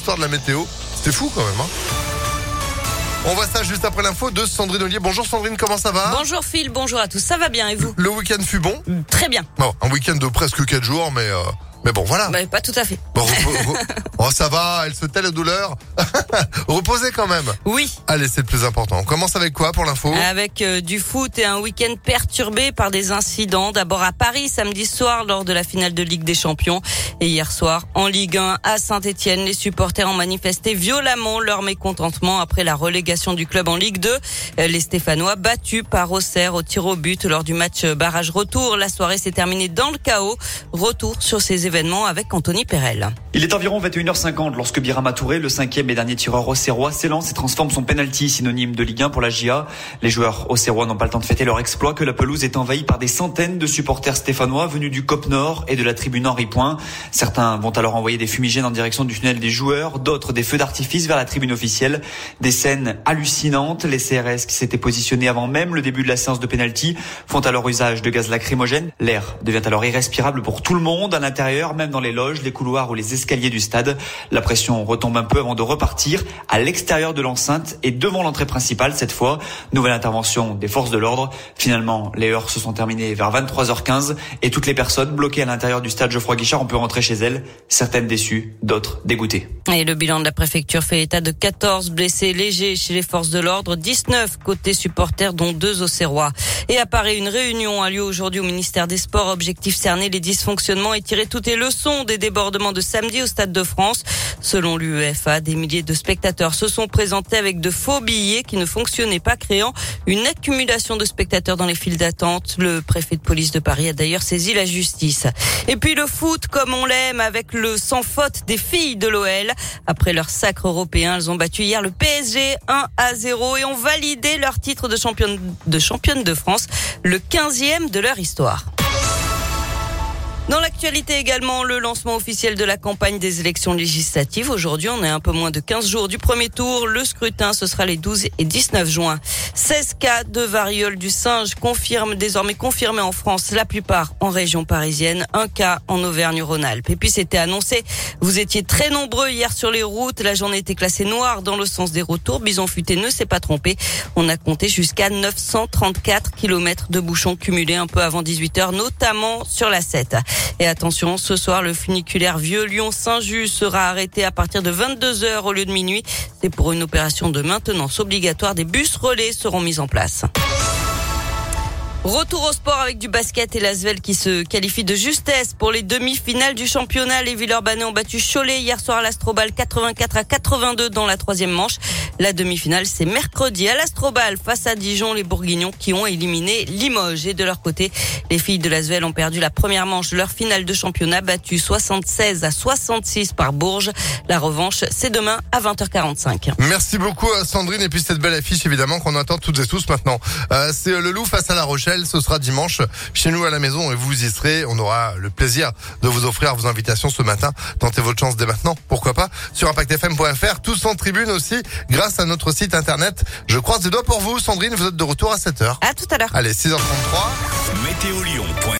l'histoire de la météo. C'était fou quand même, hein. On voit ça juste après l'info de Sandrine Ollier. Bonjour Sandrine, comment ça va? Bonjour Phil, bonjour à tous, ça va bien et vous? Le week-end fut bon? Très bien. Bon, un week-end de presque 4 jours, mais bon, voilà. Bah, pas tout à fait. Bon, oh, ça va, elle se tait la douleur. Reposez quand même. Oui. Allez, c'est le plus important. On commence avec quoi pour l'info? Avec du foot et un week-end perturbé par des incidents. D'abord à Paris, samedi soir, lors de la finale de Ligue des Champions. Et hier soir, en Ligue 1, à Saint-Etienne, les supporters ont manifesté violemment leur mécontentement après la relégation du club en Ligue 2. Les Stéphanois battus par Auxerre au tir au but lors du match barrage retour. La soirée s'est terminée dans le chaos. Retour sur ces événements avec Anthony Perel. Il est environ 21h50 lorsque Birama Touré, le 5e et dernier tireur auxerrois, s'élance et transforme son penalty, synonyme de Ligue 1 pour la GIA. Les joueurs auxerrois n'ont pas le temps de fêter leur exploit que la pelouse est envahie par des centaines de supporters stéphanois venus du COP Nord et de la tribune Henri Point. Certains vont alors envoyer des fumigènes en direction du tunnel des joueurs, d'autres des feux d'artifice vers la tribune officielle. Des scènes hallucinantes. Les CRS qui s'étaient positionnés avant même le début de la séance de penalty font alors usage de gaz lacrymogène. L'air devient alors irrespirable pour tout le monde, à l'intérieur, même dans les loges, les couloirs ou les escaliers du stade. La pression retombe un peu avant de repartir à l'extérieur de l'enceinte et devant l'entrée principale cette fois. Nouvelle intervention des forces de l'ordre. Finalement, les heurts se sont terminés vers 23h15 et toutes les personnes bloquées à l'intérieur du stade Geoffroy-Guichard ont pu rentrer chez elles. Certaines déçues, d'autres dégoûtées. Et le bilan de la préfecture fait état de 14 blessés légers chez les forces de l'ordre, 19 côté supporters dont 2 auxerrois. Et à Paris, une réunion a lieu aujourd'hui au ministère des Sports. Objectif cerner les dysfonctionnements et tirer toutes les leçons des débordements de samedi au Stade de France. Selon l'UEFA, des milliers de spectateurs se sont présentés avec de faux billets qui ne fonctionnaient pas, créant une accumulation de spectateurs dans les files d'attente. Le préfet de police de Paris a d'ailleurs saisi la justice. Et puis le foot, comme on l'aime, avec le sans faute des filles de l'OL. Après leur sacre européen, elles ont battu hier le PSG 1-0 et ont validé leur titre de championne de France, le 15e de leur histoire. Dans l'actualité également, le lancement officiel de la campagne des élections législatives. Aujourd'hui, on est un peu moins de 15 jours du premier tour. Le scrutin, ce sera les 12 et 19 juin. 16 cas de variole du singe désormais confirmés en France, la plupart en région parisienne, un cas en Auvergne-Rhône-Alpes. Et puis, c'était annoncé. Vous étiez très nombreux hier sur les routes. La journée était classée noire dans le sens des retours. Bison Futé ne s'est pas trompé. On a compté jusqu'à 934 kilomètres de bouchons cumulés un peu avant 18h, notamment sur la 7. Et attention, ce soir, le funiculaire Vieux-Lyon-Saint-Just sera arrêté à partir de 22h au lieu de minuit. C'est pour une opération de maintenance obligatoire. Des bus relais seront mis en place. Retour au sport avec du basket et l'Asvel qui se qualifie de justesse pour les demi-finales du championnat. Les Villeurbanais ont battu Cholet hier soir à l'Astrobal 84-82 dans la 3e manche. La demi-finale, c'est mercredi à l'Astrobal face à Dijon, les Bourguignons qui ont éliminé Limoges. Et de leur côté, les filles de l'Asvel ont perdu la première manche de leur finale de championnat, battue 76-66 par Bourges. La revanche, c'est demain à 20h45. Merci beaucoup à Sandrine et puis cette belle affiche évidemment qu'on attend toutes et tous maintenant. C'est le Loup face à La Rochelle. Ce sera dimanche chez nous à la maison et vous y serez. On aura le plaisir de vous offrir vos invitations ce matin. Tentez votre chance dès maintenant, pourquoi pas, sur impactfm.fr, tous en tribune aussi, grâce à notre site internet. Je croise les doigts pour vous. Sandrine, vous êtes de retour à 7h. À tout à l'heure. Allez, 6h33. Météo Lyon.